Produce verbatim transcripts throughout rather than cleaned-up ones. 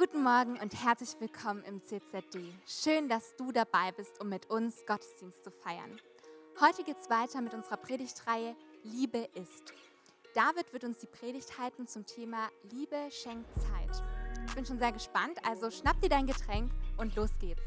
Guten Morgen und herzlich willkommen im C Z D. Schön, dass du dabei bist, um mit uns Gottesdienst zu feiern. Heute geht es weiter mit unserer Predigtreihe Liebe ist. David wird uns die Predigt halten zum Thema Liebe schenkt Zeit. Ich bin schon sehr gespannt, also schnapp dir dein Getränk und los geht's.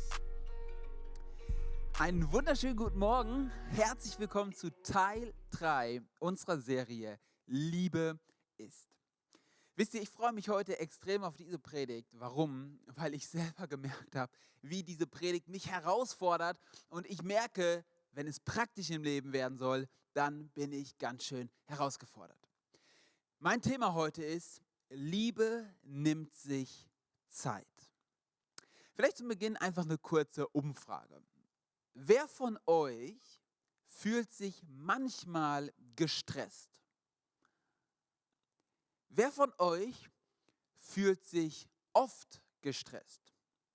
Einen wunderschönen guten Morgen. Herzlich willkommen zu Teil drei unserer Serie Liebe ist. Wisst ihr, ich freue mich heute extrem auf diese Predigt. Warum? Weil ich selber gemerkt habe, wie diese Predigt mich herausfordert und ich merke, wenn es praktisch im Leben werden soll, dann bin ich ganz schön herausgefordert. Mein Thema heute ist, Liebe nimmt sich Zeit. Vielleicht zum Beginn einfach eine kurze Umfrage. Wer von euch fühlt sich manchmal gestresst? Wer von euch fühlt sich oft gestresst?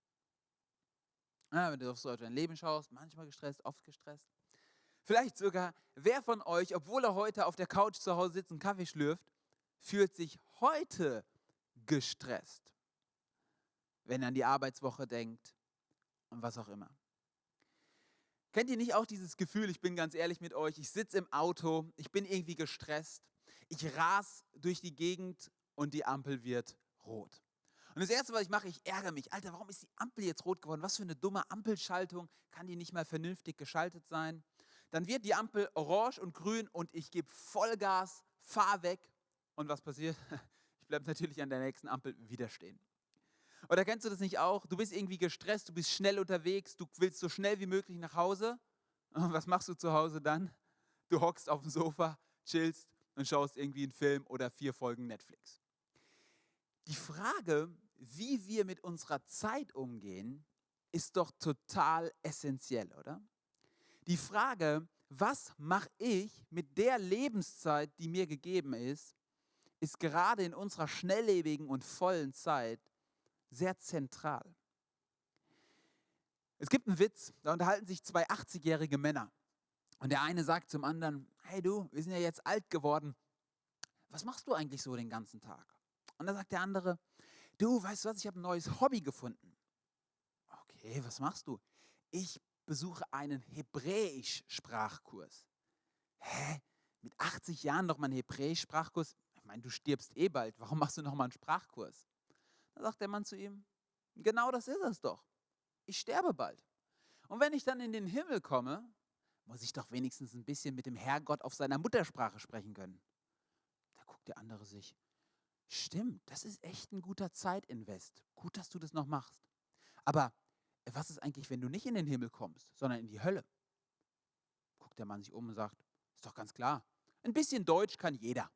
Ja, wenn du auf so dein Leben schaust, manchmal gestresst, oft gestresst. Vielleicht sogar, wer von euch, obwohl er heute auf der Couch zu Hause sitzt und Kaffee schlürft, fühlt sich heute gestresst, wenn er an die Arbeitswoche denkt und was auch immer. Kennt ihr nicht auch dieses Gefühl, ich bin ganz ehrlich mit euch, ich sitze im Auto, ich bin irgendwie gestresst, ich ras durch die Gegend und die Ampel wird rot. Und das Erste, was ich mache, ich ärgere mich. Alter, warum ist die Ampel jetzt rot geworden? Was für eine dumme Ampelschaltung, kann die nicht mal vernünftig geschaltet sein? Dann wird die Ampel orange und grün und ich gebe Vollgas, fahr weg. Und was passiert? Ich bleibe natürlich an der nächsten Ampel wieder stehen. Oder kennst du das nicht auch? Du bist irgendwie gestresst, du bist schnell unterwegs, du willst so schnell wie möglich nach Hause. Und was machst du zu Hause dann? Du hockst auf dem Sofa, chillst und schaust irgendwie einen Film oder vier Folgen Netflix. Die Frage, wie wir mit unserer Zeit umgehen, ist doch total essentiell, oder? Die Frage, was mache ich mit der Lebenszeit, die mir gegeben ist, ist gerade in unserer schnelllebigen und vollen Zeit sehr zentral. Es gibt einen Witz, da unterhalten sich zwei achtzigjährige Männer. Und der eine sagt zum anderen, hey du, wir sind ja jetzt alt geworden. Was machst du eigentlich so den ganzen Tag? Und dann sagt der andere, du, weißt du was, ich habe ein neues Hobby gefunden. Okay, was machst du? Ich besuche einen Hebräisch-Sprachkurs. Hä? Mit achtzig Jahren noch mal einen Hebräisch-Sprachkurs? Ich meine, du stirbst eh bald. Warum machst du noch mal einen Sprachkurs? Dann sagt der Mann zu ihm, genau das ist es doch. Ich sterbe bald. Und wenn ich dann in den Himmel komme, muss ich doch wenigstens ein bisschen mit dem Herrgott auf seiner Muttersprache sprechen können. Da guckt der andere sich, stimmt, das ist echt ein guter Zeitinvest. Gut, dass du das noch machst. Aber was ist eigentlich, wenn du nicht in den Himmel kommst, sondern in die Hölle? Guckt der Mann sich um und sagt, ist doch ganz klar, ein bisschen Deutsch kann jeder.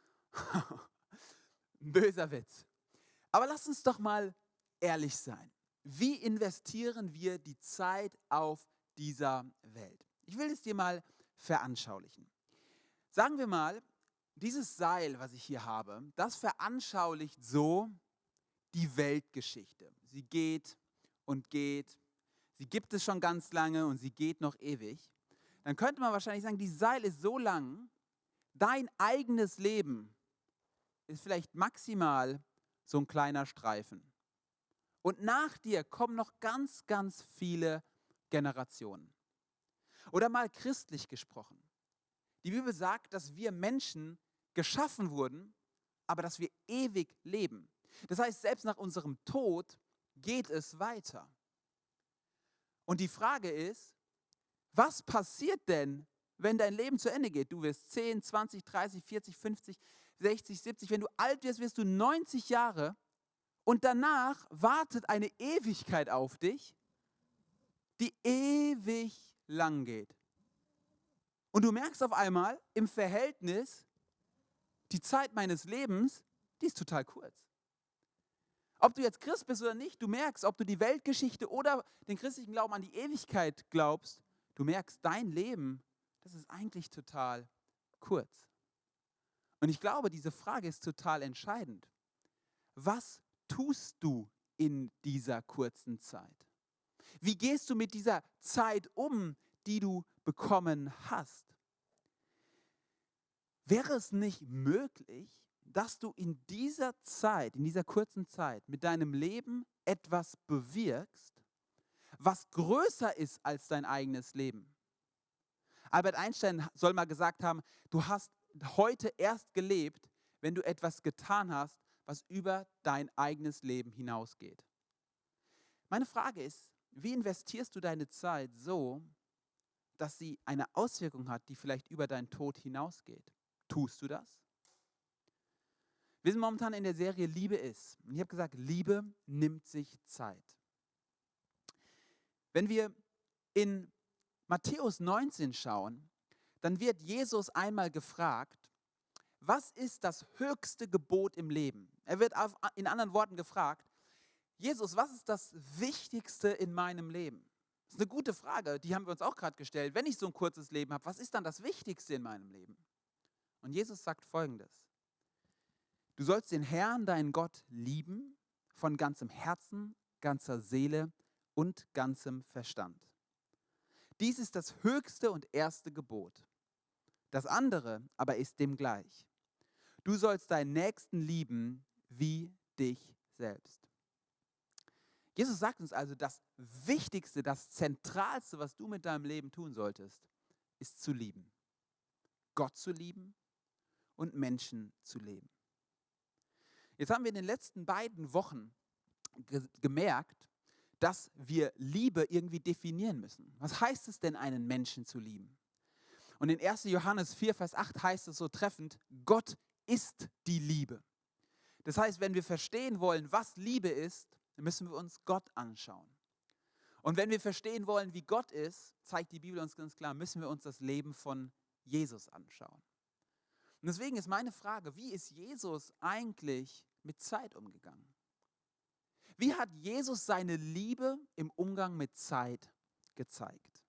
Ein böser Witz. Aber lass uns doch mal ehrlich sein. Wie investieren wir die Zeit auf dieser Welt? Ich will es dir mal veranschaulichen. Sagen wir mal, dieses Seil, was ich hier habe, das veranschaulicht so die Weltgeschichte. Sie geht und geht. Sie gibt es schon ganz lange und sie geht noch ewig. Dann könnte man wahrscheinlich sagen, die Seil ist so lang, dein eigenes Leben ist vielleicht maximal so ein kleiner Streifen. Und nach dir kommen noch ganz, ganz viele Generationen. Oder mal christlich gesprochen. Die Bibel sagt, dass wir Menschen geschaffen wurden, aber dass wir ewig leben. Das heißt, selbst nach unserem Tod geht es weiter. Und die Frage ist, was passiert denn, wenn dein Leben zu Ende geht? Du wirst zehn, zwanzig, dreißig, vierzig, fünfzig, sechzig, siebzig. Wenn du alt wirst, wirst du neunzig Jahre. Und danach wartet eine Ewigkeit auf dich, die ewig lang geht. Und du merkst auf einmal im Verhältnis, die Zeit meines Lebens, die ist total kurz. Ob du jetzt Christ bist oder nicht, du merkst, ob du die Weltgeschichte oder den christlichen Glauben an die Ewigkeit glaubst, du merkst, dein Leben, das ist eigentlich total kurz. Und ich glaube, diese Frage ist total entscheidend. Was tust du in dieser kurzen Zeit? Wie gehst du mit dieser Zeit um, die du bekommen hast? Wäre es nicht möglich, dass du in dieser Zeit, in dieser kurzen Zeit mit deinem Leben etwas bewirkst, was größer ist als dein eigenes Leben. Albert Einstein soll mal gesagt haben, du hast heute erst gelebt, wenn du etwas getan hast, was über dein eigenes Leben hinausgeht. Meine Frage ist, wie investierst du deine Zeit so, dass sie eine Auswirkung hat, die vielleicht über deinen Tod hinausgeht? Tust du das? Wir sind momentan in der Serie Liebe ist. Und ich habe gesagt, Liebe nimmt sich Zeit. Wenn wir in Matthäus neunzehn schauen, dann wird Jesus einmal gefragt, was ist das höchste Gebot im Leben? Er wird auf, in anderen Worten gefragt, Jesus, was ist das Wichtigste in meinem Leben? Das ist eine gute Frage, die haben wir uns auch gerade gestellt. Wenn ich so ein kurzes Leben habe, was ist dann das Wichtigste in meinem Leben? Und Jesus sagt Folgendes. Du sollst den Herrn, deinen Gott, lieben, von ganzem Herzen, ganzer Seele und ganzem Verstand. Dies ist das höchste und erste Gebot. Das andere aber ist dem gleich. Du sollst deinen Nächsten lieben wie dich selbst. Jesus sagt uns also, das Wichtigste, das Zentralste, was du mit deinem Leben tun solltest, ist zu lieben. Gott zu lieben und Menschen zu leben. Jetzt haben wir in den letzten beiden Wochen ge- gemerkt, dass wir Liebe irgendwie definieren müssen. Was heißt es denn, einen Menschen zu lieben? Und in erster Johannes vier, Vers acht heißt es so treffend, Gott ist die Liebe. Das heißt, wenn wir verstehen wollen, was Liebe ist, müssen wir uns Gott anschauen. Und wenn wir verstehen wollen, wie Gott ist, zeigt die Bibel uns ganz klar, müssen wir uns das Leben von Jesus anschauen. Und deswegen ist meine Frage, wie ist Jesus eigentlich mit Zeit umgegangen? Wie hat Jesus seine Liebe im Umgang mit Zeit gezeigt?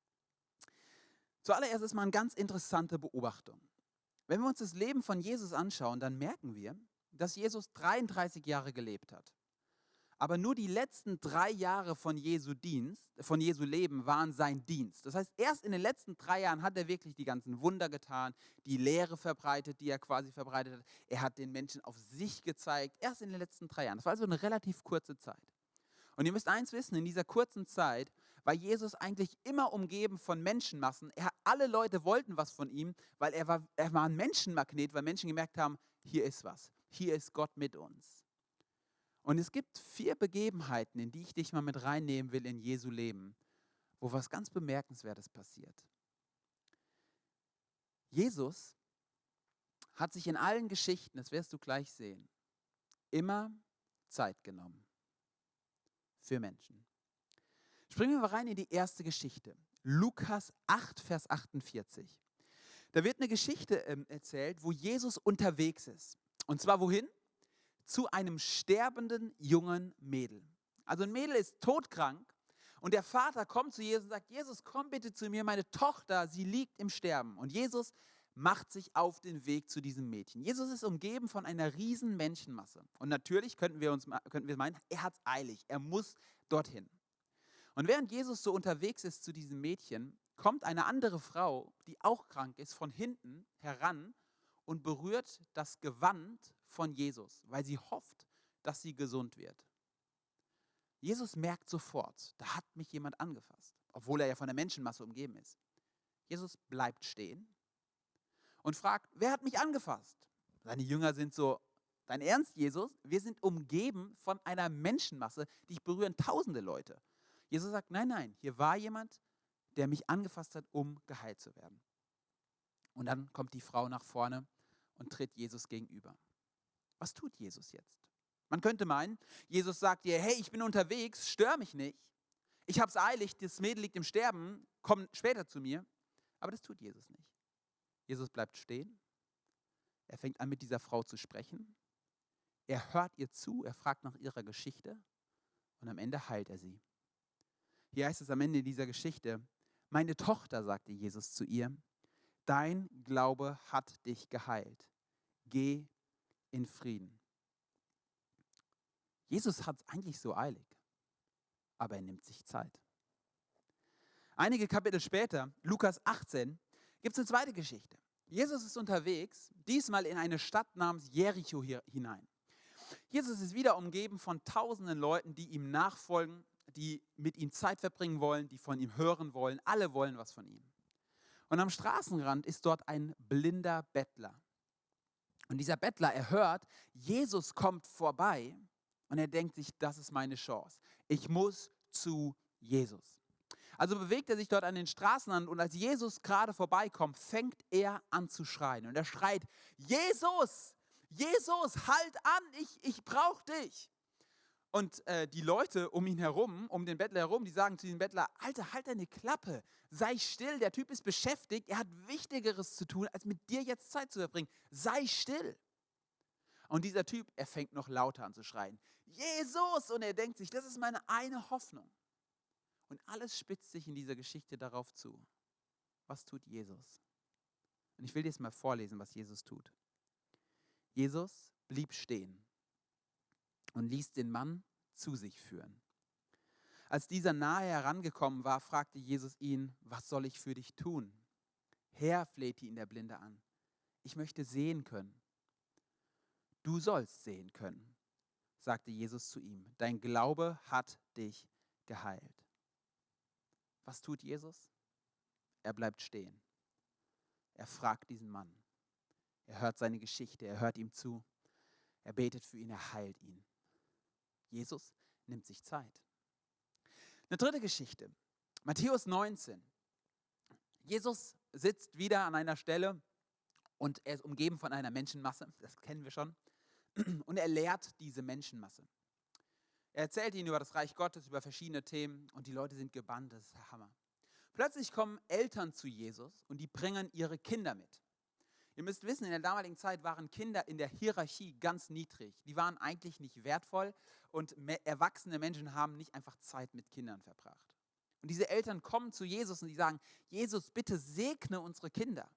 Zuallererst ist mal eine ganz interessante Beobachtung. Wenn wir uns das Leben von Jesus anschauen, dann merken wir, dass Jesus dreiunddreißig Jahre gelebt hat. Aber nur die letzten drei Jahre von Jesu Dienst, von Jesu Leben waren sein Dienst. Das heißt, erst in den letzten drei Jahren hat er wirklich die ganzen Wunder getan, die Lehre verbreitet, die er quasi verbreitet hat. Er hat den Menschen auf sich gezeigt, erst in den letzten drei Jahren. Das war also eine relativ kurze Zeit. Und ihr müsst eins wissen, in dieser kurzen Zeit war Jesus eigentlich immer umgeben von Menschenmassen. Er, alle Leute wollten was von ihm, weil er war, er war ein Menschenmagnet, weil Menschen gemerkt haben, hier ist was, hier ist Gott mit uns. Und es gibt vier Begebenheiten, in die ich dich mal mit reinnehmen will in Jesu Leben, wo was ganz Bemerkenswertes passiert. Jesus hat sich in allen Geschichten, das wirst du gleich sehen, immer Zeit genommen für Menschen. Springen wir mal rein in die erste Geschichte. Lukas acht, Vers achtundvierzig. Da wird eine Geschichte ähm, erzählt, wo Jesus unterwegs ist. Und zwar wohin? Zu einem sterbenden jungen Mädel. Also ein Mädel ist todkrank und der Vater kommt zu Jesus und sagt, Jesus, komm bitte zu mir, meine Tochter, sie liegt im Sterben. Und Jesus macht sich auf den Weg zu diesem Mädchen. Jesus ist umgeben von einer riesen Menschenmasse. Und natürlich könnten wir uns könnten wir meinen, er hat es eilig, er muss dorthin. Und während Jesus so unterwegs ist zu diesem Mädchen, kommt eine andere Frau, die auch krank ist, von hinten heran und berührt das Gewand von Jesus, weil sie hofft, dass sie gesund wird. Jesus merkt sofort, da hat mich jemand angefasst, obwohl er ja von der Menschenmasse umgeben ist. Jesus bleibt stehen und fragt, wer hat mich angefasst? Seine Jünger sind so, dein Ernst, Jesus? Wir sind umgeben von einer Menschenmasse, dich berühren tausende Leute. Jesus sagt, nein, nein, hier war jemand, der mich angefasst hat, um geheilt zu werden. Und dann kommt die Frau nach vorne und tritt Jesus gegenüber. Was tut Jesus jetzt? Man könnte meinen, Jesus sagt ihr, hey, ich bin unterwegs, stör mich nicht. Ich habe es eilig, das Mädel liegt im Sterben, komm später zu mir. Aber das tut Jesus nicht. Jesus bleibt stehen. Er fängt an, mit dieser Frau zu sprechen. Er hört ihr zu, er fragt nach ihrer Geschichte und am Ende heilt er sie. Hier heißt es am Ende dieser Geschichte, meine Tochter, sagte Jesus zu ihr, dein Glaube hat dich geheilt. Geh in Frieden. Jesus hat es eigentlich so eilig, aber er nimmt sich Zeit. Einige Kapitel später, Lukas achtzehn, gibt es eine zweite Geschichte. Jesus ist unterwegs, diesmal in eine Stadt namens Jericho hier hinein. Jesus ist wieder umgeben von tausenden Leuten, die ihm nachfolgen, die mit ihm Zeit verbringen wollen, die von ihm hören wollen. Alle wollen was von ihm. Und am Straßenrand ist dort ein blinder Bettler. Und dieser Bettler, er hört, Jesus kommt vorbei und er denkt sich, das ist meine Chance. Ich muss zu Jesus. Also bewegt er sich dort an den Straßenrand und als Jesus gerade vorbeikommt, fängt er an zu schreien. Und er schreit, Jesus, Jesus, halt an, ich, ich brauche dich. Und äh, die Leute um ihn herum, um den Bettler herum, die sagen zu dem Bettler, Alter, halt deine Klappe, sei still, der Typ ist beschäftigt, er hat Wichtigeres zu tun, als mit dir jetzt Zeit zu verbringen. Sei still. Und dieser Typ, er fängt noch lauter an zu schreien, Jesus! Und er denkt sich, das ist meine eine Hoffnung. Und alles spitzt sich in dieser Geschichte darauf zu. Was tut Jesus? Und ich will dir jetzt mal vorlesen, was Jesus tut. Jesus blieb stehen und ließ den Mann zu sich führen. Als dieser nahe herangekommen war, fragte Jesus ihn, was soll ich für dich tun? Herr, flehte ihn der Blinde an, ich möchte sehen können. Du sollst sehen können, sagte Jesus zu ihm. Dein Glaube hat dich geheilt. Was tut Jesus? Er bleibt stehen. Er fragt diesen Mann. Er hört seine Geschichte, er hört ihm zu. Er betet für ihn, er heilt ihn. Jesus nimmt sich Zeit. Eine dritte Geschichte. Matthäus neunzehn. Jesus sitzt wieder an einer Stelle und er ist umgeben von einer Menschenmasse. Das kennen wir schon. Und er lehrt diese Menschenmasse. Er erzählt ihnen über das Reich Gottes, über verschiedene Themen und die Leute sind gebannt. Das ist der Hammer. Plötzlich kommen Eltern zu Jesus und die bringen ihre Kinder mit. Ihr müsst wissen, in der damaligen Zeit waren Kinder in der Hierarchie ganz niedrig. Die waren eigentlich nicht wertvoll und erwachsene Menschen haben nicht einfach Zeit mit Kindern verbracht. Und diese Eltern kommen zu Jesus und die sagen, Jesus, bitte segne unsere Kinder.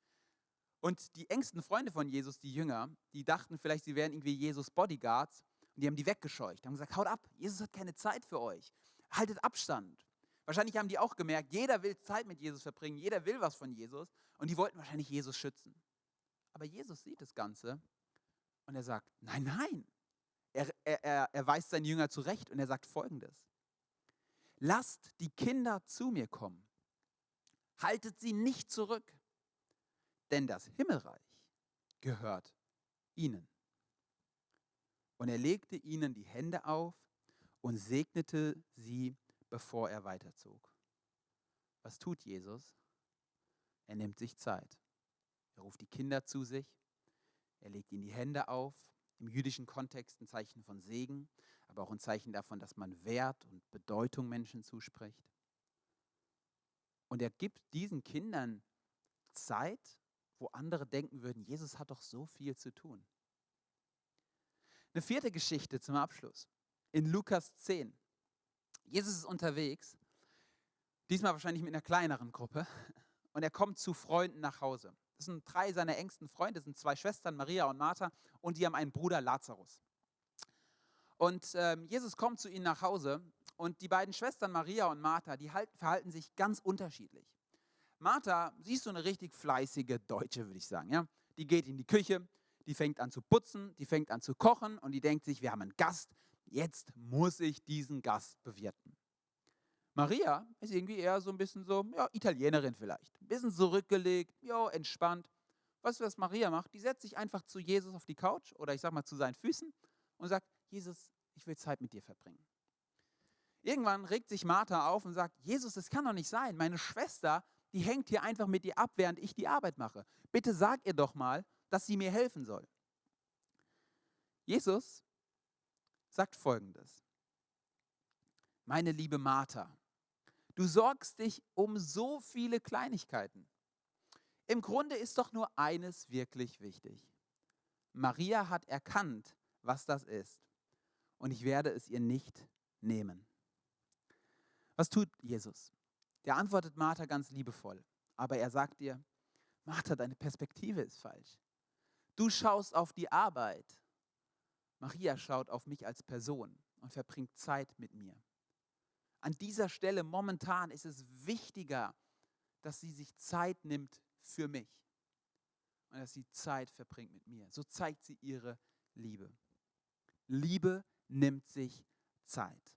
Und die engsten Freunde von Jesus, die Jünger, die dachten vielleicht, sie wären irgendwie Jesus Bodyguards und die haben die weggescheucht. Die haben gesagt, haut ab, Jesus hat keine Zeit für euch. Haltet Abstand. Wahrscheinlich haben die auch gemerkt, jeder will Zeit mit Jesus verbringen, jeder will was von Jesus und die wollten wahrscheinlich Jesus schützen. Aber Jesus sieht das Ganze und er sagt, nein, nein. Er, er, er weist seine Jünger zurecht und er sagt Folgendes. Lasst die Kinder zu mir kommen. Haltet sie nicht zurück, denn das Himmelreich gehört ihnen. Und er legte ihnen die Hände auf und segnete sie, bevor er weiterzog. Was tut Jesus? Er nimmt sich Zeit. Er ruft die Kinder zu sich, er legt ihnen die Hände auf, im jüdischen Kontext ein Zeichen von Segen, aber auch ein Zeichen davon, dass man Wert und Bedeutung Menschen zuspricht. Und er gibt diesen Kindern Zeit, wo andere denken würden, Jesus hat doch so viel zu tun. Eine vierte Geschichte zum Abschluss, in Lukas zehn. Jesus ist unterwegs, diesmal wahrscheinlich mit einer kleineren Gruppe, und er kommt zu Freunden nach Hause. Das sind drei seiner engsten Freunde, das sind zwei Schwestern, Maria und Martha, und die haben einen Bruder, Lazarus. Und ähm, Jesus kommt zu ihnen nach Hause und die beiden Schwestern, Maria und Martha, die halt, verhalten sich ganz unterschiedlich. Martha, sie ist so eine richtig fleißige Deutsche, würde ich sagen. Ja? Die geht in die Küche, die fängt an zu putzen, die fängt an zu kochen und die denkt sich, wir haben einen Gast, jetzt muss ich diesen Gast bewirten. Maria ist irgendwie eher so ein bisschen so, ja, Italienerin vielleicht. Ein bisschen zurückgelegt, ja, entspannt. Weißt du, was Maria macht? Die setzt sich einfach zu Jesus auf die Couch oder ich sag mal zu seinen Füßen und sagt, Jesus, ich will Zeit mit dir verbringen. Irgendwann regt sich Martha auf und sagt, Jesus, das kann doch nicht sein. Meine Schwester, die hängt hier einfach mit dir ab, während ich die Arbeit mache. Bitte sag ihr doch mal, dass sie mir helfen soll. Jesus sagt Folgendes. Meine liebe Martha, du sorgst dich um so viele Kleinigkeiten. Im Grunde ist doch nur eines wirklich wichtig. Maria hat erkannt, was das ist. Und ich werde es ihr nicht nehmen. Was tut Jesus? Der antwortet Martha ganz liebevoll. Aber er sagt ihr, Martha, deine Perspektive ist falsch. Du schaust auf die Arbeit. Maria schaut auf mich als Person und verbringt Zeit mit mir. An dieser Stelle momentan ist es wichtiger, dass sie sich Zeit nimmt für mich. und dass sie Zeit verbringt mit mir. So zeigt sie ihre Liebe. Liebe nimmt sich Zeit.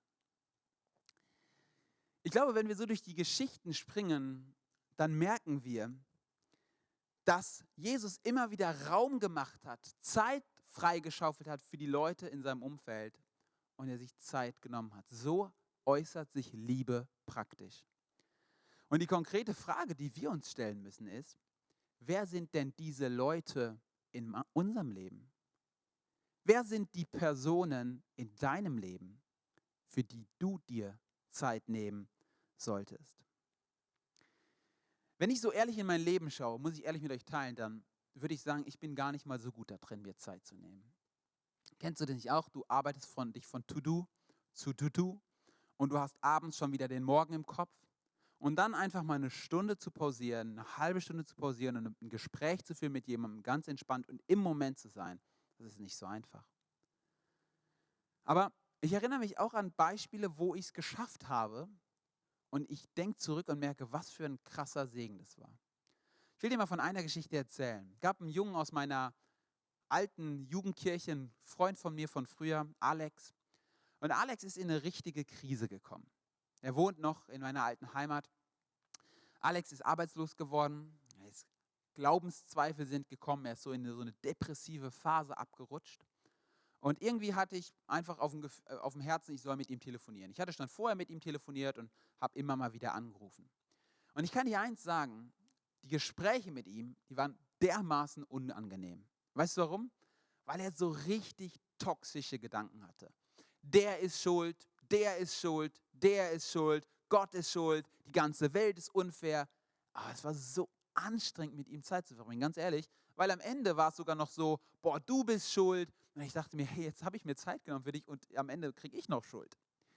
Ich glaube, wenn wir so durch die Geschichten springen, dann merken wir, dass Jesus immer wieder Raum gemacht hat, Zeit freigeschaufelt hat für die Leute in seinem Umfeld und er sich Zeit genommen hat. So äußert sich Liebe praktisch. Und die konkrete Frage, die wir uns stellen müssen, ist, wer sind denn diese Leute in unserem Leben? Wer sind die Personen in deinem Leben, für die du dir Zeit nehmen solltest? Wenn ich so ehrlich in mein Leben schaue, muss ich ehrlich mit euch teilen, dann würde ich sagen, ich bin gar nicht mal so gut da drin, mir Zeit zu nehmen. Kennst du das nicht auch? Du arbeitest von, dich von To-Do zu To-Do und du hast abends schon wieder den Morgen im Kopf und dann einfach mal eine Stunde zu pausieren, eine halbe Stunde zu pausieren und ein Gespräch zu führen mit jemandem, ganz entspannt und im Moment zu sein, das ist nicht so einfach. Aber ich erinnere mich auch an Beispiele, wo ich es geschafft habe und ich denke zurück und merke, was für ein krasser Segen das war. Ich will dir mal von einer Geschichte erzählen. Es gab einen Jungen aus meiner alten Jugendkirche, ein Freund von mir von früher, Alex. Und Alex ist in eine richtige Krise gekommen. Er wohnt noch in meiner alten Heimat. Alex ist arbeitslos geworden. Ist, Glaubenszweifel sind gekommen. Er ist so in eine, so eine depressive Phase abgerutscht. Und irgendwie hatte ich einfach auf dem, Gef- äh, auf dem Herzen, ich soll mit ihm telefonieren. Ich hatte schon vorher mit ihm telefoniert und habe immer mal wieder angerufen. Und ich kann dir eins sagen, die Gespräche mit ihm, die waren dermaßen unangenehm. Weißt du warum? Weil er so richtig toxische Gedanken hatte. Der ist schuld, der ist schuld, der ist schuld, Gott ist schuld, die ganze Welt ist unfair. Aber es war so anstrengend, mit ihm Zeit zu verbringen, ganz ehrlich. Weil am Ende war es sogar noch so, boah, du bist schuld. Und ich dachte mir, hey, jetzt habe ich mir Zeit genommen für dich und am Ende kriege ich noch Schuld.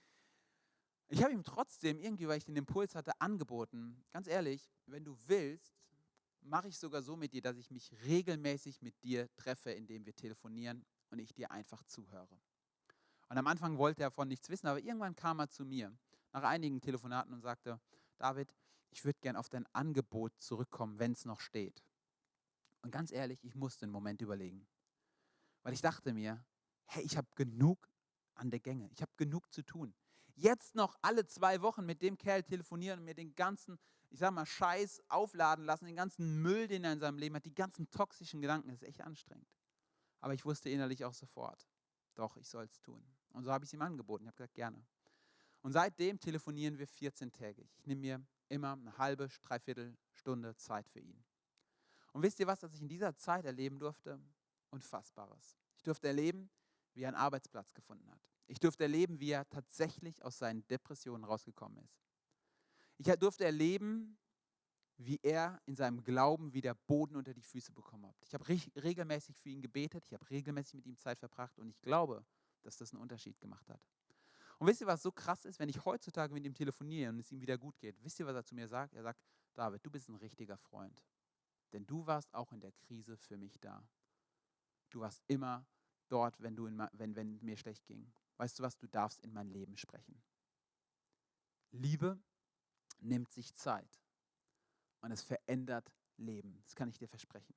Ich habe ihm trotzdem, irgendwie, weil ich den Impuls hatte, angeboten, ganz ehrlich, wenn du willst, mache ich sogar so mit dir, dass ich mich regelmäßig mit dir treffe, indem wir telefonieren und ich dir einfach zuhöre. Und am Anfang wollte er davon nichts wissen, aber irgendwann kam er zu mir nach einigen Telefonaten und sagte, David, ich würde gern auf dein Angebot zurückkommen, wenn es noch steht. Und ganz ehrlich, ich musste einen Moment überlegen, weil ich dachte mir, hey, ich habe genug an der Gänge, ich habe genug zu tun. Jetzt noch alle zwei Wochen mit dem Kerl telefonieren und mir den ganzen, ich sag mal, Scheiß aufladen lassen, den ganzen Müll, den er in seinem Leben hat, die ganzen toxischen Gedanken, das ist echt anstrengend. Aber ich wusste innerlich auch sofort, doch, ich soll es tun. Und so habe ich es ihm angeboten. Ich habe gesagt, gerne. Und seitdem telefonieren wir vierzehn-tägig. Ich nehme mir immer eine halbe, dreiviertel Stunde Zeit für ihn. Und wisst ihr was, was ich in dieser Zeit erleben durfte? Unfassbares. Ich durfte erleben, wie er einen Arbeitsplatz gefunden hat. Ich durfte erleben, wie er tatsächlich aus seinen Depressionen rausgekommen ist. Ich durfte erleben, wie er in seinem Glauben wieder Boden unter die Füße bekommen hat. Ich habe regelmäßig für ihn gebetet, ich habe regelmäßig mit ihm Zeit verbracht und ich glaube, dass das einen Unterschied gemacht hat. Und wisst ihr, was so krass ist, wenn ich heutzutage mit ihm telefoniere und es ihm wieder gut geht? Wisst ihr, was er zu mir sagt? Er sagt, David, du bist ein richtiger Freund, denn du warst auch in der Krise für mich da. Du warst immer dort, wenn, du in, wenn, wenn mir schlecht ging. Weißt du was, du darfst in mein Leben sprechen. Liebe nimmt sich Zeit und es verändert Leben. Das kann ich dir versprechen.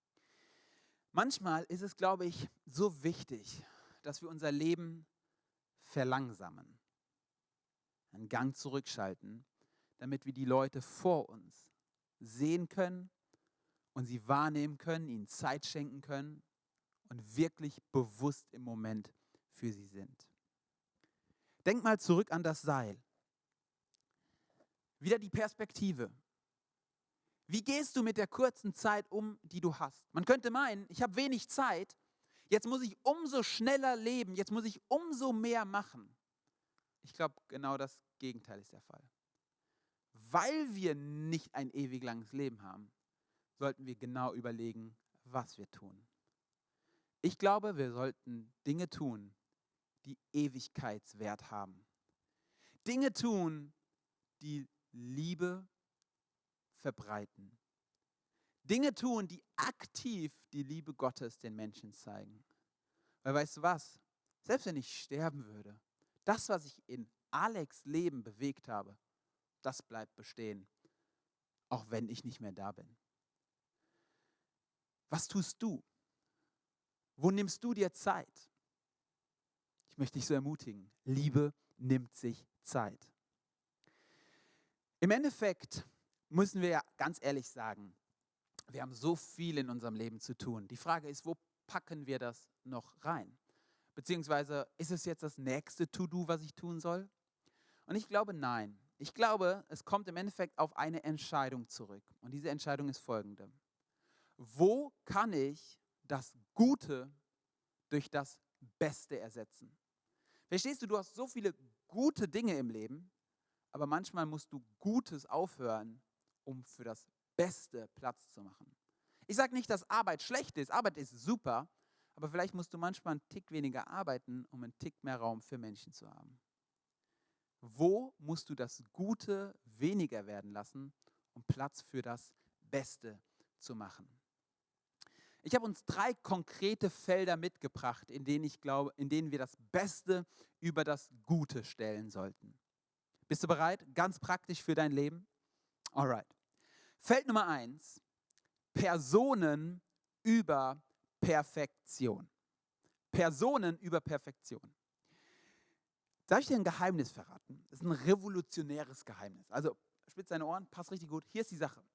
Manchmal ist es, glaube ich, so wichtig, dass wir unser Leben verlangsamen, einen Gang zurückschalten, damit wir die Leute vor uns sehen können und sie wahrnehmen können, ihnen Zeit schenken können und wirklich bewusst im Moment für sie sind. Denk mal zurück an das Seil. Wieder die Perspektive. Wie gehst du mit der kurzen Zeit um, die du hast? Man könnte meinen, ich habe wenig Zeit, jetzt muss ich umso schneller leben, jetzt muss ich umso mehr machen. Ich glaube, genau das Gegenteil ist der Fall. Weil wir nicht ein ewig langes Leben haben, sollten wir genau überlegen, was wir tun. Ich glaube, wir sollten Dinge tun, die Ewigkeitswert haben. Dinge tun, die Liebe verbreiten. Dinge tun, die aktiv die Liebe Gottes den Menschen zeigen. Weil weißt du was? Selbst wenn ich sterben würde, das, was ich in Alex' Leben bewegt habe, das bleibt bestehen, auch wenn ich nicht mehr da bin. Was tust du? Wo nimmst du dir Zeit? Ich möchte dich so ermutigen. Liebe nimmt sich Zeit. Im Endeffekt müssen wir ja ganz ehrlich sagen, wir haben so viel in unserem Leben zu tun. Die Frage ist, wo packen wir das noch rein? Beziehungsweise, ist es jetzt das nächste To-Do, was ich tun soll? Und ich glaube, nein. Ich glaube, es kommt im Endeffekt auf eine Entscheidung zurück. Und diese Entscheidung ist folgende. Wo kann ich das Gute durch das Beste ersetzen? Verstehst du, du hast so viele gute Dinge im Leben, aber manchmal musst du Gutes aufhören, um für das Beste Platz zu machen. Ich sage nicht, dass Arbeit schlecht ist. Arbeit ist super, aber vielleicht musst du manchmal einen Tick weniger arbeiten, um einen Tick mehr Raum für Menschen zu haben. Wo musst du das Gute weniger werden lassen, um Platz für das Beste zu machen? Ich habe uns drei konkrete Felder mitgebracht, in denen ich glaube, in denen wir das Beste über das Gute stellen sollten. Bist du bereit? Ganz praktisch für dein Leben? Alright. Feld Nummer eins. Personen über Perfektion. Personen über Perfektion. Darf ich dir ein Geheimnis verraten? Das ist ein revolutionäres Geheimnis. Also spitz deine Ohren, passt richtig gut. Hier ist die Sache.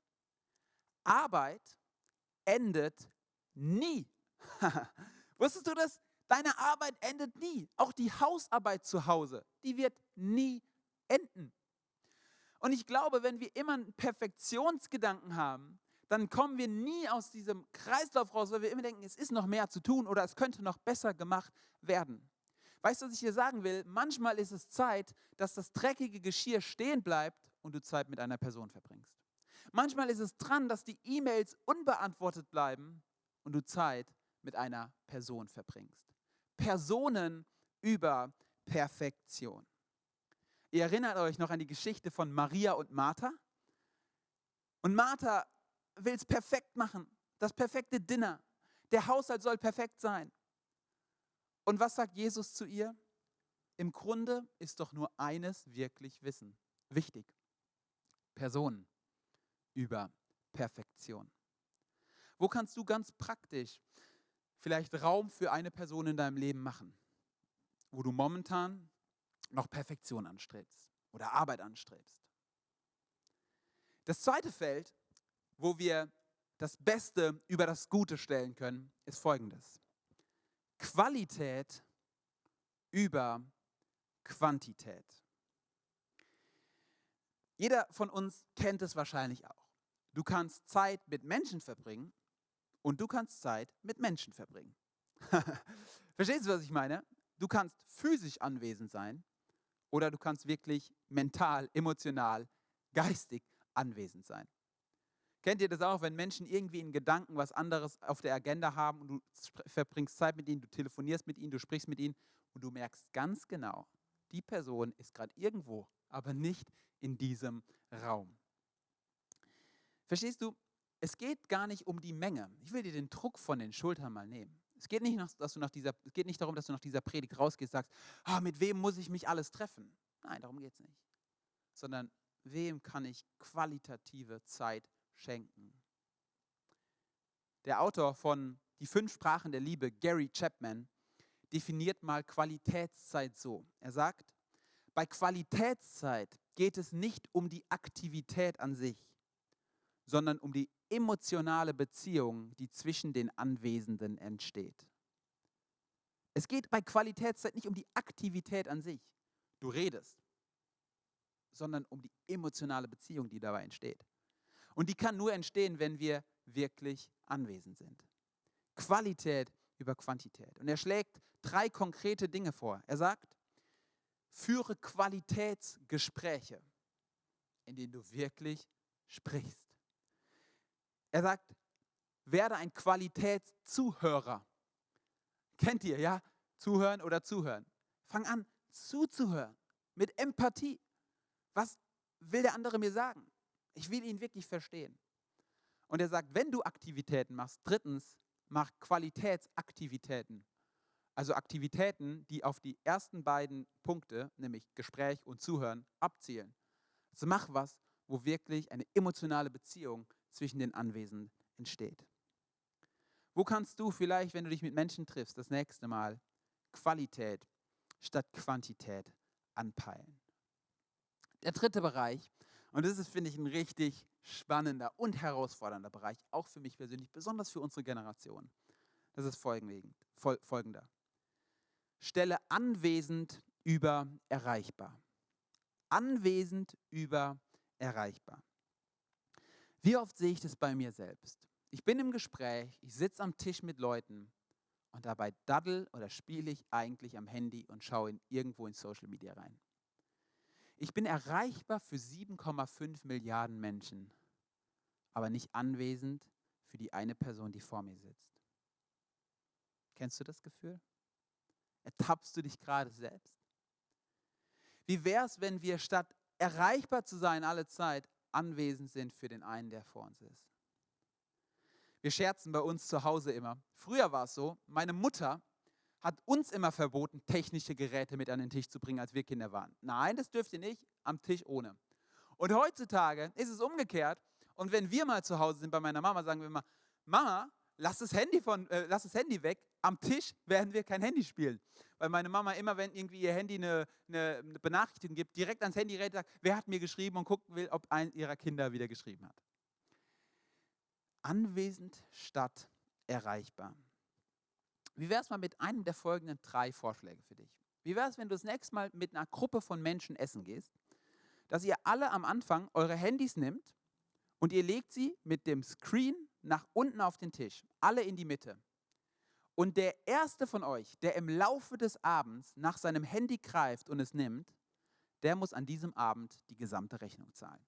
Arbeit endet nie. Wusstest du das? Deine Arbeit endet nie. Auch die Hausarbeit zu Hause, die wird nie enden. Und ich glaube, wenn wir immer einen Perfektionsgedanken haben, dann kommen wir nie aus diesem Kreislauf raus, weil wir immer denken, es ist noch mehr zu tun oder es könnte noch besser gemacht werden. Weißt du, was ich dir sagen will? Manchmal ist es Zeit, dass das dreckige Geschirr stehen bleibt und du Zeit mit einer Person verbringst. Manchmal ist es dran, dass die E-Mails unbeantwortet bleiben und du Zeit mit einer Person verbringst. Personen über Perfektion. Ihr erinnert euch noch an die Geschichte von Maria und Martha? Und Martha will es perfekt machen, das perfekte Dinner. Der Haushalt soll perfekt sein. Und was sagt Jesus zu ihr? Im Grunde ist doch nur eines wirklich wissen, wichtig. Personen über Perfektion. Wo kannst du ganz praktisch vielleicht Raum für eine Person in deinem Leben machen, wo du momentan noch Perfektion anstrebst oder Arbeit anstrebst? Das zweite Feld, wo wir das Beste über das Gute stellen können, ist folgendes. Qualität über Quantität. Jeder von uns kennt es wahrscheinlich auch. Du kannst Zeit mit Menschen verbringen und du kannst Zeit mit Menschen verbringen. Verstehst du, was ich meine? Du kannst physisch anwesend sein oder du kannst wirklich mental, emotional, geistig anwesend sein. Kennt ihr das auch, wenn Menschen irgendwie in Gedanken was anderes auf der Agenda haben und du verbringst Zeit mit ihnen, du telefonierst mit ihnen, du sprichst mit ihnen und du merkst ganz genau, die Person ist gerade irgendwo, aber nicht in diesem Raum. Verstehst du? Es geht gar nicht um die Menge. Ich will dir den Druck von den Schultern mal nehmen. Es geht nicht, nach, dass du nach dieser, es geht nicht darum, dass du nach dieser Predigt rausgehst und sagst, ah, mit wem muss ich mich alles treffen? Nein, darum geht es nicht. Sondern wem kann ich qualitative Zeit schenken? Der Autor von Die fünf Sprachen der Liebe, Gary Chapman, definiert mal Qualitätszeit so. Er sagt, bei Qualitätszeit geht es nicht um die Aktivität an sich, sondern um die emotionale Beziehung, die zwischen den Anwesenden entsteht. Es geht bei Qualitätszeit nicht um die Aktivität an sich, du redest, sondern um die emotionale Beziehung, die dabei entsteht. Und die kann nur entstehen, wenn wir wirklich anwesend sind. Qualität über Quantität. Und er schlägt drei konkrete Dinge vor. Er sagt, führe Qualitätsgespräche, in denen du wirklich sprichst. Er sagt, werde ein Qualitätszuhörer. Kennt ihr, ja? Zuhören oder zuhören. Fang an, zuzuhören, mit Empathie. Was will der andere mir sagen? Ich will ihn wirklich verstehen. Und er sagt, wenn du Aktivitäten machst, drittens, mach Qualitätsaktivitäten. Also Aktivitäten, die auf die ersten beiden Punkte, nämlich Gespräch und Zuhören, abzielen. Also mach was, wo wirklich eine emotionale Beziehung zwischen den Anwesenden entsteht. Wo kannst du vielleicht, wenn du dich mit Menschen triffst, das nächste Mal Qualität statt Quantität anpeilen? Der dritte Bereich, und das ist, finde ich, ein richtig spannender und herausfordernder Bereich, auch für mich persönlich, besonders für unsere Generation. Das ist folgender. Stelle anwesend über erreichbar. Anwesend über erreichbar. Wie oft sehe ich das bei mir selbst? Ich bin im Gespräch, ich sitze am Tisch mit Leuten und dabei daddel oder spiele ich eigentlich am Handy und schaue in, irgendwo in Social Media rein. Ich bin erreichbar für sieben Komma fünf Milliarden Menschen, aber nicht anwesend für die eine Person, die vor mir sitzt. Kennst du das Gefühl? Ertappst du dich gerade selbst? Wie wäre es, wenn wir statt erreichbar zu sein alle Zeit, anwesend sind für den einen, der vor uns ist? Wir scherzen bei uns zu Hause immer. Früher war es so, meine Mutter hat uns immer verboten, technische Geräte mit an den Tisch zu bringen, als wir Kinder waren. Nein, das dürft ihr nicht, am Tisch ohne. Und heutzutage ist es umgekehrt. Und wenn wir mal zu Hause sind bei meiner Mama, sagen wir immer, Mama, lass das Handy, von, äh, lass das Handy weg, am Tisch werden wir kein Handy spielen. Weil meine Mama immer, wenn irgendwie ihr Handy eine, eine, eine Benachrichtigung gibt, direkt ans Handy redet, sagt, wer hat mir geschrieben und gucken will, ob ein ihrer Kinder wieder geschrieben hat. Anwesend statt erreichbar. Wie wäre es mal mit einem der folgenden drei Vorschläge für dich? Wie wäre es, wenn du das nächste Mal mit einer Gruppe von Menschen essen gehst, dass ihr alle am Anfang eure Handys nimmt und ihr legt sie mit dem Screen nach unten auf den Tisch, alle in die Mitte. Und der erste von euch, der im Laufe des Abends nach seinem Handy greift und es nimmt, der muss an diesem Abend die gesamte Rechnung zahlen.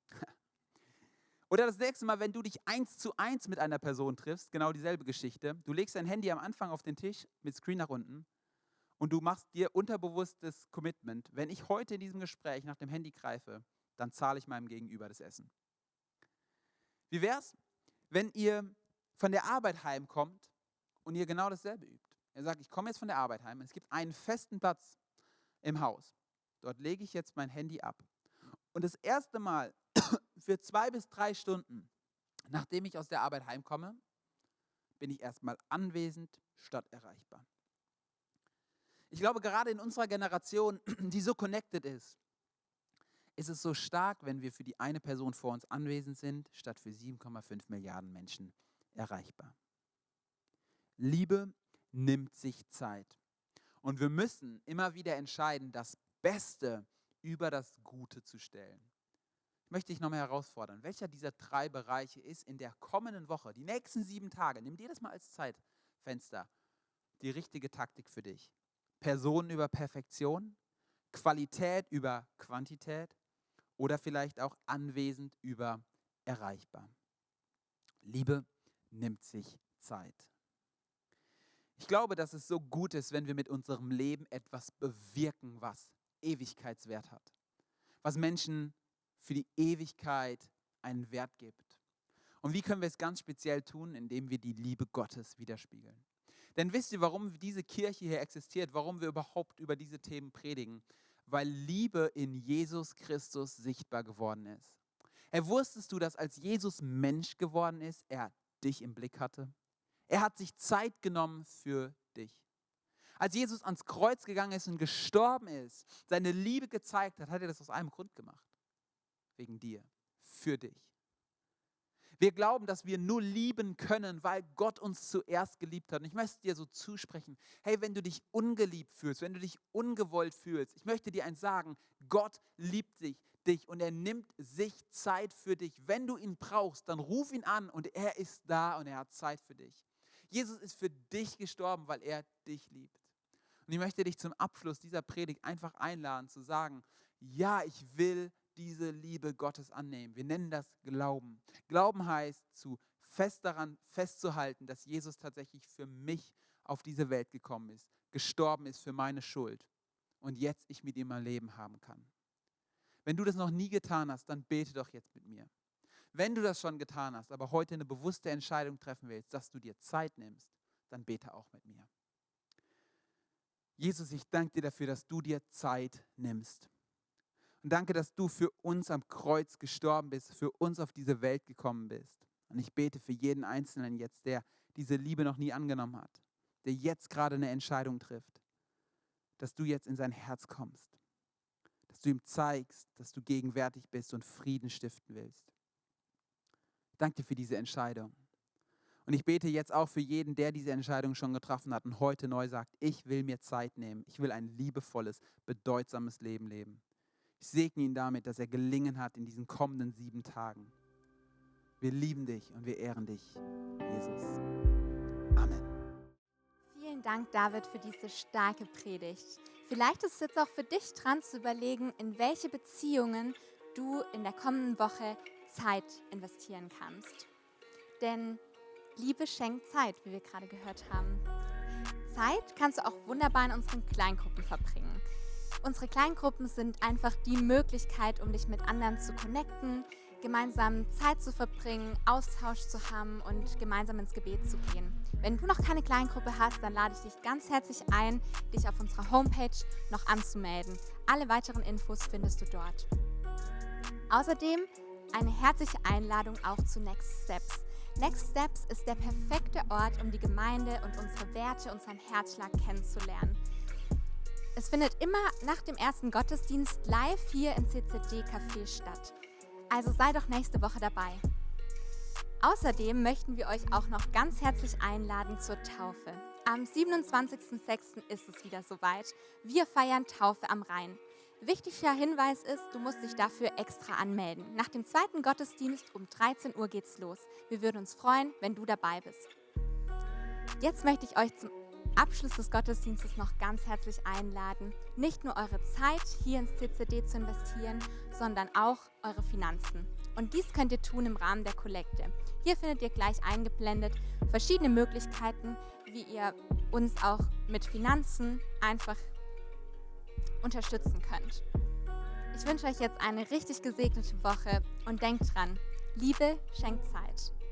Oder das nächste Mal, wenn du dich eins zu eins mit einer Person triffst, genau dieselbe Geschichte. Du legst dein Handy am Anfang auf den Tisch mit Screen nach unten und du machst dir unterbewusstes Commitment. Wenn ich heute in diesem Gespräch nach dem Handy greife, dann zahle ich meinem Gegenüber das Essen. Wie wäre es, wenn ihr von der Arbeit heimkommt und ihr genau dasselbe übt? Ihr sagt, ich komme jetzt von der Arbeit heim und es gibt einen festen Platz im Haus. Dort lege ich jetzt mein Handy ab. Und das erste Mal für zwei bis drei Stunden, nachdem ich aus der Arbeit heimkomme, bin ich erstmal anwesend statt erreichbar. Ich glaube, gerade in unserer Generation, die so connected ist, ist es so stark, wenn wir für die eine Person vor uns anwesend sind, statt für sieben Komma fünf Milliarden Menschen erreichbar. Liebe nimmt sich Zeit. Und wir müssen immer wieder entscheiden, das Beste über das Gute zu stellen. Ich möchte dich nochmal herausfordern, welcher dieser drei Bereiche ist in der kommenden Woche, die nächsten sieben Tage, nimm dir das mal als Zeitfenster, die richtige Taktik für dich. Person über Perfektion, Qualität über Quantität oder vielleicht auch anwesend über erreichbar. Liebe nimmt sich Zeit. Ich glaube, dass es so gut ist, wenn wir mit unserem Leben etwas bewirken, was Ewigkeitswert hat, was Menschen für die Ewigkeit einen Wert gibt. Und wie können wir es ganz speziell tun? Indem wir die Liebe Gottes widerspiegeln. Denn wisst ihr, warum diese Kirche hier existiert, warum wir überhaupt über diese Themen predigen? Weil Liebe in Jesus Christus sichtbar geworden ist. Hey, wusstest du, dass als Jesus Mensch geworden ist, er dich im Blick hatte? Er hat sich Zeit genommen für dich. Als Jesus ans Kreuz gegangen ist und gestorben ist, seine Liebe gezeigt hat, hat er das aus einem Grund gemacht. Wegen dir, für dich. Wir glauben, dass wir nur lieben können, weil Gott uns zuerst geliebt hat. Und ich möchte dir so zusprechen, hey, wenn du dich ungeliebt fühlst, wenn du dich ungewollt fühlst, ich möchte dir eins sagen, Gott liebt dich, dich und er nimmt sich Zeit für dich. Wenn du ihn brauchst, dann ruf ihn an und er ist da und er hat Zeit für dich. Jesus ist für dich gestorben, weil er dich liebt. Und ich möchte dich zum Abschluss dieser Predigt einfach einladen, zu sagen, ja, ich will diese Liebe Gottes annehmen. Wir nennen das Glauben. Glauben heißt, zu fest daran festzuhalten, dass Jesus tatsächlich für mich auf diese Welt gekommen ist, gestorben ist für meine Schuld und jetzt ich mit ihm ein Leben haben kann. Wenn du das noch nie getan hast, dann bete doch jetzt mit mir. Wenn du das schon getan hast, aber heute eine bewusste Entscheidung treffen willst, dass du dir Zeit nimmst, dann bete auch mit mir. Jesus, ich danke dir dafür, dass du dir Zeit nimmst. Und danke, dass du für uns am Kreuz gestorben bist, für uns auf diese Welt gekommen bist. Und ich bete für jeden Einzelnen jetzt, der diese Liebe noch nie angenommen hat, der jetzt gerade eine Entscheidung trifft, dass du jetzt in sein Herz kommst, dass du ihm zeigst, dass du gegenwärtig bist und Frieden stiften willst. Ich danke dir für diese Entscheidung. Und ich bete jetzt auch für jeden, der diese Entscheidung schon getroffen hat und heute neu sagt, ich will mir Zeit nehmen, ich will ein liebevolles, bedeutsames Leben leben. Ich segne ihn damit, dass er gelingen hat in diesen kommenden sieben Tagen. Wir lieben dich und wir ehren dich, Jesus. Amen. Vielen Dank, David, für diese starke Predigt. Vielleicht ist es jetzt auch für dich dran zu überlegen, in welche Beziehungen du in der kommenden Woche Zeit investieren kannst. Denn Liebe schenkt Zeit, wie wir gerade gehört haben. Zeit kannst du auch wunderbar in unseren Kleingruppen verbringen. Unsere Kleingruppen sind einfach die Möglichkeit, um dich mit anderen zu connecten, gemeinsam Zeit zu verbringen, Austausch zu haben und gemeinsam ins Gebet zu gehen. Wenn du noch keine Kleingruppe hast, dann lade ich dich ganz herzlich ein, dich auf unserer Homepage noch anzumelden. Alle weiteren Infos findest du dort. Außerdem eine herzliche Einladung auch zu Next Steps. Next Steps ist der perfekte Ort, um die Gemeinde und unsere Werte, unseren Herzschlag kennenzulernen. Es findet immer nach dem ersten Gottesdienst live hier im C Z D-Café statt. Also sei doch nächste Woche dabei. Außerdem möchten wir euch auch noch ganz herzlich einladen zur Taufe. Am siebenundzwanzigsten sechsten ist es wieder soweit. Wir feiern Taufe am Rhein. Wichtiger Hinweis ist, du musst dich dafür extra anmelden. Nach dem zweiten Gottesdienst um dreizehn Uhr geht's los. Wir würden uns freuen, wenn du dabei bist. Jetzt möchte ich euch zum Abschluss des Gottesdienstes noch ganz herzlich einladen, nicht nur eure Zeit hier ins C Z D zu investieren, sondern auch eure Finanzen. Und dies könnt ihr tun im Rahmen der Kollekte. Hier findet ihr gleich eingeblendet verschiedene Möglichkeiten, wie ihr uns auch mit Finanzen einfach unterstützen könnt. Ich wünsche euch jetzt eine richtig gesegnete Woche und denkt dran, Liebe schenkt Zeit.